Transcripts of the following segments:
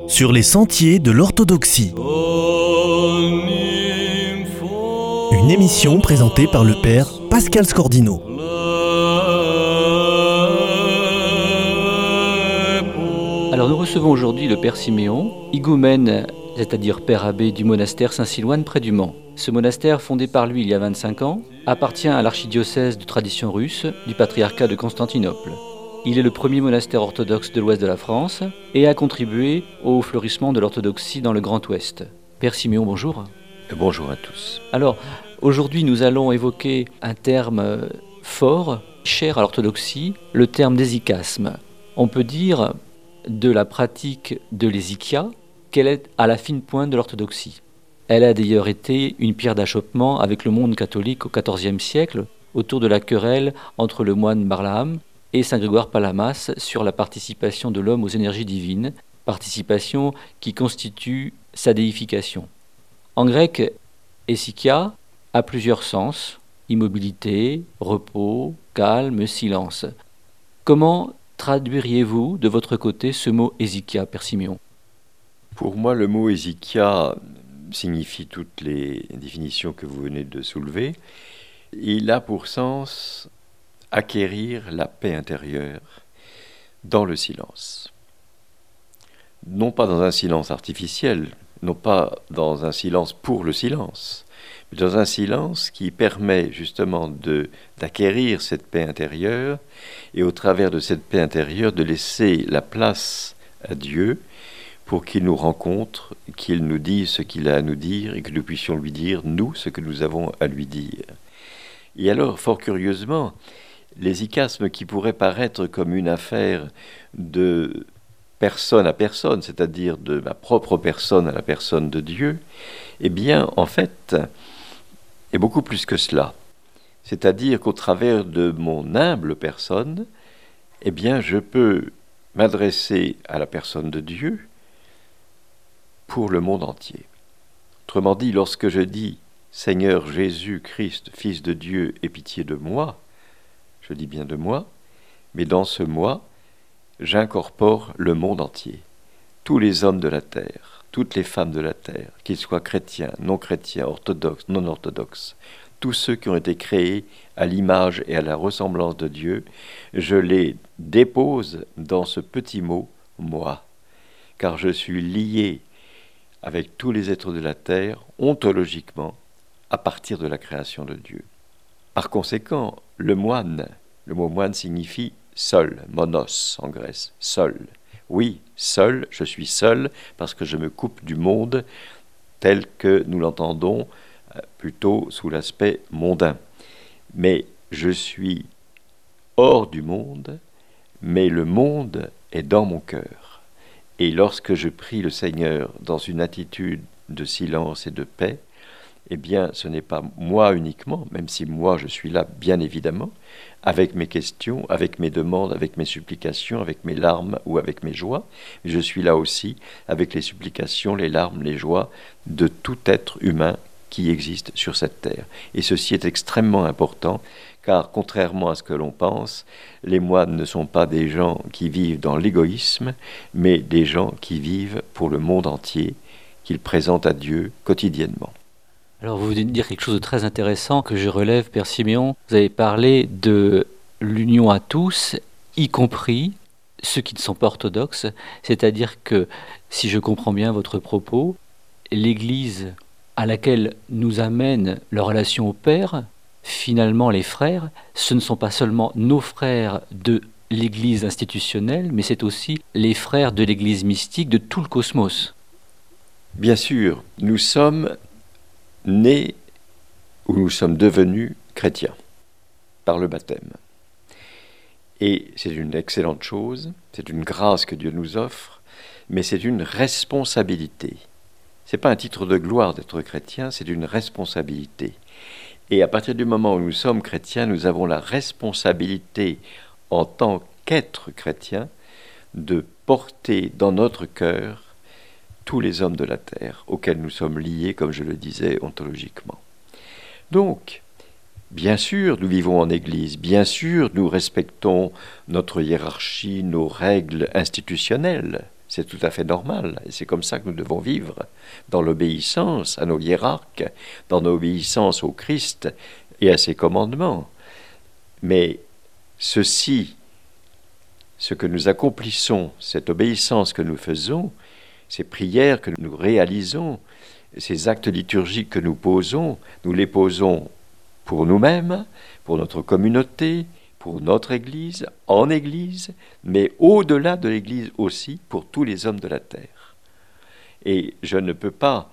Sur les sentiers de l'orthodoxie. Une émission présentée par le père Pascal Scordino. Alors nous recevons aujourd'hui le père Siméon, higoumène, c'est-à-dire père abbé du monastère Saint-Silouane près du Mans. Ce monastère, fondé par lui il y a 25 ans, appartient à l'archidiocèse de tradition russe du patriarcat de Constantinople. Il est le premier monastère orthodoxe de l'ouest de la France et a contribué au fleurissement de l'orthodoxie dans le Grand Ouest. Père Siméon, bonjour. Bonjour à tous. Alors, aujourd'hui nous allons évoquer un terme fort, cher à l'orthodoxie, le terme d'hésychasme. On peut dire de la pratique de l'hésychia qu'elle est à la fine pointe de l'orthodoxie. Elle a d'ailleurs été une pierre d'achoppement avec le monde catholique au XIVe siècle, autour de la querelle entre le moine Barlaam et Saint Grégoire Palamas sur la participation de l'homme aux énergies divines, participation qui constitue sa déification. En grec, hésychia a plusieurs sens, immobilité, repos, calme, silence. Comment traduiriez-vous de votre côté ce mot hésychia, Père Siméon ? Pour moi, le mot hésychia signifie toutes les définitions que vous venez de soulever. Il a pour sens acquérir la paix intérieure dans le silence. Non pas dans un silence artificiel, non pas dans un silence pour le silence, mais dans un silence qui permet justement d'acquérir cette paix intérieure et au travers de cette paix intérieure de laisser la place à Dieu pour qu'il nous rencontre, qu'il nous dise ce qu'il a à nous dire et que nous puissions lui dire, nous, ce que nous avons à lui dire. Et alors, fort curieusement, l'hésychasme qui pourrait paraître comme une affaire de personne à personne, c'est-à-dire de ma propre personne à la personne de Dieu, eh bien, en fait, est beaucoup plus que cela. C'est-à-dire qu'au travers de mon humble personne, eh bien, je peux m'adresser à la personne de Dieu pour le monde entier. Autrement dit, lorsque je dis « Seigneur Jésus-Christ, Fils de Dieu, aie pitié de moi », je dis bien de moi, mais dans ce moi, j'incorpore le monde entier. Tous les hommes de la terre, toutes les femmes de la terre, qu'ils soient chrétiens, non chrétiens, orthodoxes, non orthodoxes, tous ceux qui ont été créés à l'image et à la ressemblance de Dieu, je les dépose dans ce petit mot « moi », car je suis lié avec tous les êtres de la terre, ontologiquement, à partir de la création de Dieu. Par conséquent, le mot moine signifie seul, monos en Grèce, seul. Oui, seul, je suis seul parce que je me coupe du monde tel que nous l'entendons plutôt sous l'aspect mondain. Mais je suis hors du monde, mais le monde est dans mon cœur. Et lorsque je prie le Seigneur dans une attitude de silence et de paix, eh bien, ce n'est pas moi uniquement, même si moi je suis là, bien évidemment, avec mes questions, avec mes demandes, avec mes supplications, avec mes larmes ou avec mes joies, mais je suis là aussi avec les supplications, les larmes, les joies de tout être humain qui existe sur cette terre. Et ceci est extrêmement important, car contrairement à ce que l'on pense, les moines ne sont pas des gens qui vivent dans l'égoïsme, mais des gens qui vivent pour le monde entier, qu'ils présentent à Dieu quotidiennement. Alors vous venez de dire quelque chose de très intéressant que je relève, Père Siméon. Vous avez parlé de l'union à tous, y compris ceux qui ne sont pas orthodoxes. C'est-à-dire que, si je comprends bien votre propos, l'Église à laquelle nous amène la relation au Père, finalement les frères, ce ne sont pas seulement nos frères de l'Église institutionnelle, mais c'est aussi les frères de l'Église mystique de tout le cosmos. Bien sûr, nous sommes nés ou nous sommes devenus chrétiens par le baptême. Et c'est une excellente chose, c'est une grâce que Dieu nous offre, mais c'est une responsabilité. Ce n'est pas un titre de gloire d'être chrétien, c'est une responsabilité. Et à partir du moment où nous sommes chrétiens, nous avons la responsabilité en tant qu'être chrétien de porter dans notre cœur tous les hommes de la terre auxquels nous sommes liés, comme je le disais, ontologiquement. Donc, bien sûr, nous vivons en Église, bien sûr, nous respectons notre hiérarchie, nos règles institutionnelles, C'est tout à fait normal, et c'est comme ça que nous devons vivre, dans l'obéissance à nos hiérarques, dans l'obéissance au Christ et à ses commandements. Mais ceci, ce que nous accomplissons, cette obéissance que nous faisons, ces prières que nous réalisons, ces actes liturgiques que nous posons, nous les posons pour nous-mêmes, pour notre communauté, pour notre Église, en Église, mais au-delà de l'Église aussi, pour tous les hommes de la terre. Et je ne peux pas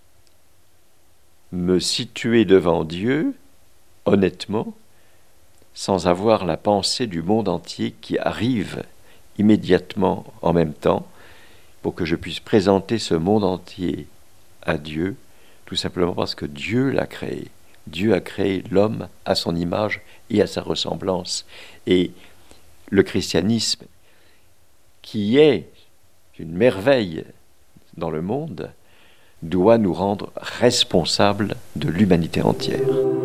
me situer devant Dieu, honnêtement, sans avoir la pensée du monde entier qui arrive immédiatement en même temps, pour que je puisse présenter ce monde entier à Dieu, tout simplement parce que Dieu l'a créé. Dieu a créé l'homme à son image et à sa ressemblance. Et le christianisme, qui est une merveille dans le monde, doit nous rendre responsables de l'humanité entière.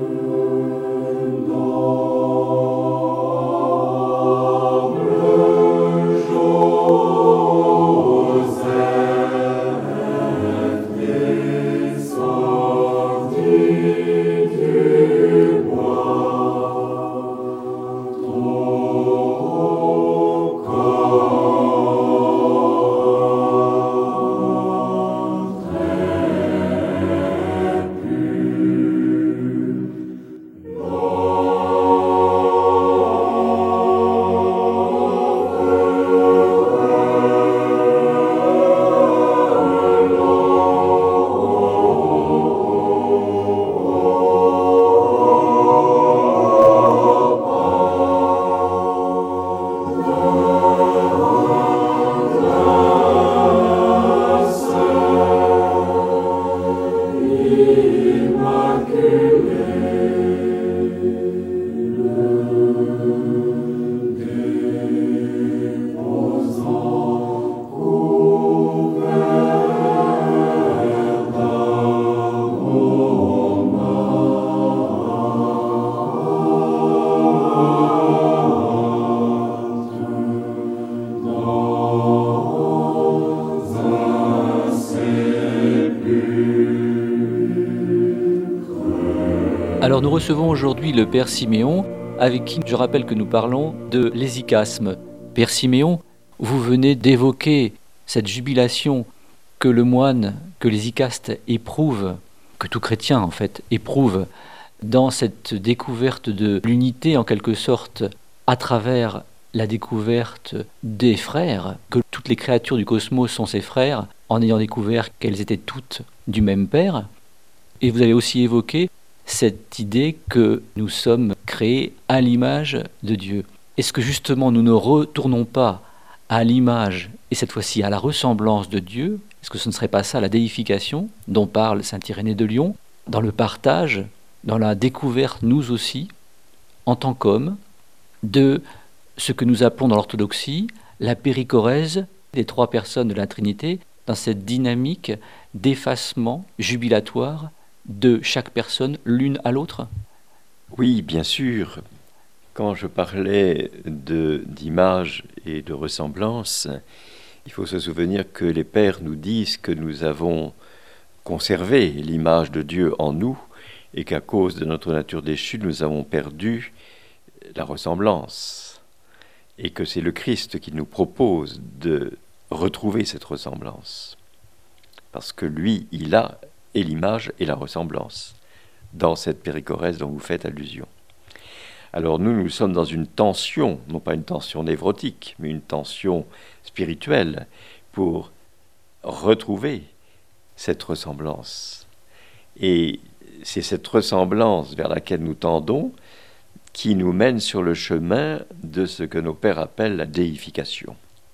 Alors nous recevons aujourd'hui le Père Siméon, avec qui je rappelle que nous parlons de l'hésychasme. Père Siméon, vous venez d'évoquer cette jubilation que le moine, que l'hésychaste éprouve, que tout chrétien en fait éprouve, dans cette découverte de l'unité en quelque sorte, à travers la découverte des frères, que toutes les créatures du cosmos sont ses frères, en ayant découvert qu'elles étaient toutes du même Père. Et vous avez aussi évoqué cette idée que nous sommes créés à l'image de Dieu. Est-ce que justement nous ne retournons pas à l'image, et cette fois-ci à la ressemblance de Dieu? Est-ce que ce ne serait pas ça la déification dont parle saint Irénée de Lyon, dans le partage, dans la découverte, nous aussi, en tant qu'hommes, de ce que nous appelons dans l'orthodoxie la périchorèse des trois personnes de la Trinité, dans cette dynamique d'effacement jubilatoire de chaque personne l'une à l'autre? Oui, bien sûr. Quand je parlais d'image et de ressemblance, il faut se souvenir que les pères nous disent que nous avons conservé l'image de Dieu en nous et qu'à cause de notre nature déchue, nous avons perdu la ressemblance. Et que c'est le Christ qui nous propose de retrouver cette ressemblance. Parce que lui, il a et l'image et la ressemblance dans cette périchorèse dont vous faites allusion. Alors nous sommes dans une tension, non pas une tension névrotique, mais une tension spirituelle pour retrouver cette ressemblance. Et c'est cette ressemblance vers laquelle nous tendons qui nous mène sur le chemin de ce que nos pères appellent la déification.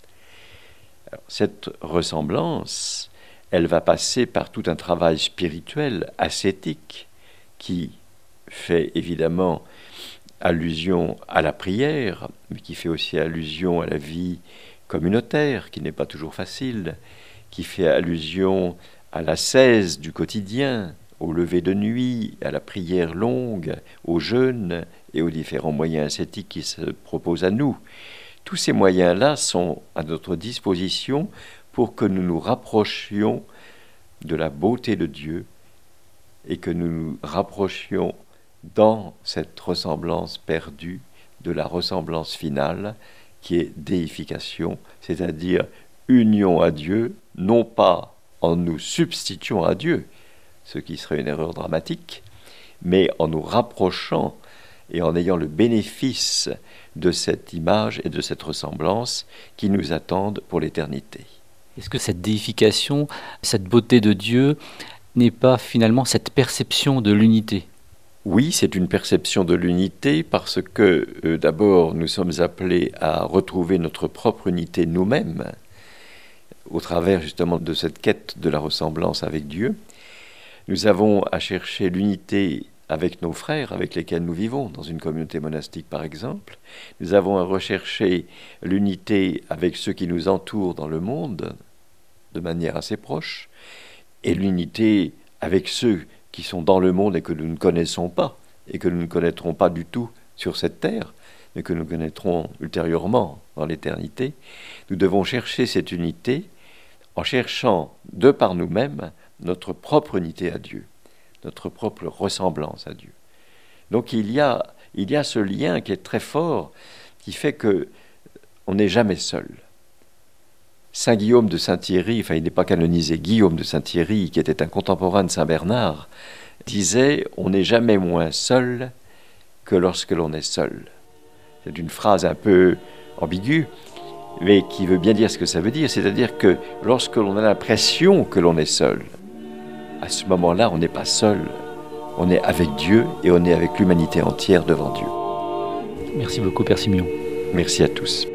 Alors, cette ressemblance, elle va passer par tout un travail spirituel, ascétique, qui fait évidemment allusion à la prière, mais qui fait aussi allusion à la vie communautaire, qui n'est pas toujours facile, qui fait allusion à l'ascèse du quotidien, au lever de nuit, à la prière longue, au jeûne et aux différents moyens ascétiques qui se proposent à nous. Tous ces moyens-là sont à notre disposition pour que nous nous rapprochions de la beauté de Dieu et que nous nous rapprochions dans cette ressemblance perdue de la ressemblance finale qui est déification, c'est-à-dire union à Dieu, non pas en nous substituant à Dieu, ce qui serait une erreur dramatique, mais en nous rapprochant et en ayant le bénéfice de cette image et de cette ressemblance qui nous attendent pour l'éternité. Est-ce que cette déification, cette beauté de Dieu n'est pas finalement cette perception de l'unité ? Oui, c'est une perception de l'unité parce que d'abord nous sommes appelés à retrouver notre propre unité nous-mêmes au travers justement de cette quête de la ressemblance avec Dieu. Nous avons à chercher l'unité avec nos frères avec lesquels nous vivons, dans une communauté monastique par exemple. Nous avons à rechercher l'unité avec ceux qui nous entourent dans le monde, de manière assez proche, et l'unité avec ceux qui sont dans le monde et que nous ne connaissons pas, et que nous ne connaîtrons pas du tout sur cette terre, mais que nous connaîtrons ultérieurement dans l'éternité. Nous devons chercher cette unité en cherchant, de par nous-mêmes, notre propre unité à Dieu, notre propre ressemblance à Dieu. Donc il y a ce lien qui est très fort, qui fait qu'on n'est jamais seul. Saint Guillaume de Saint-Thierry, enfin il n'est pas canonisé, Guillaume de Saint-Thierry, qui était un contemporain de Saint Bernard, disait « On n'est jamais moins seul que lorsque l'on est seul ». C'est une phrase un peu ambiguë, mais qui veut bien dire ce que ça veut dire, c'est-à-dire que lorsque l'on a l'impression que l'on est seul, à ce moment-là, on n'est pas seul, on est avec Dieu et on est avec l'humanité entière devant Dieu. Merci beaucoup, Père Simeon. Merci à tous.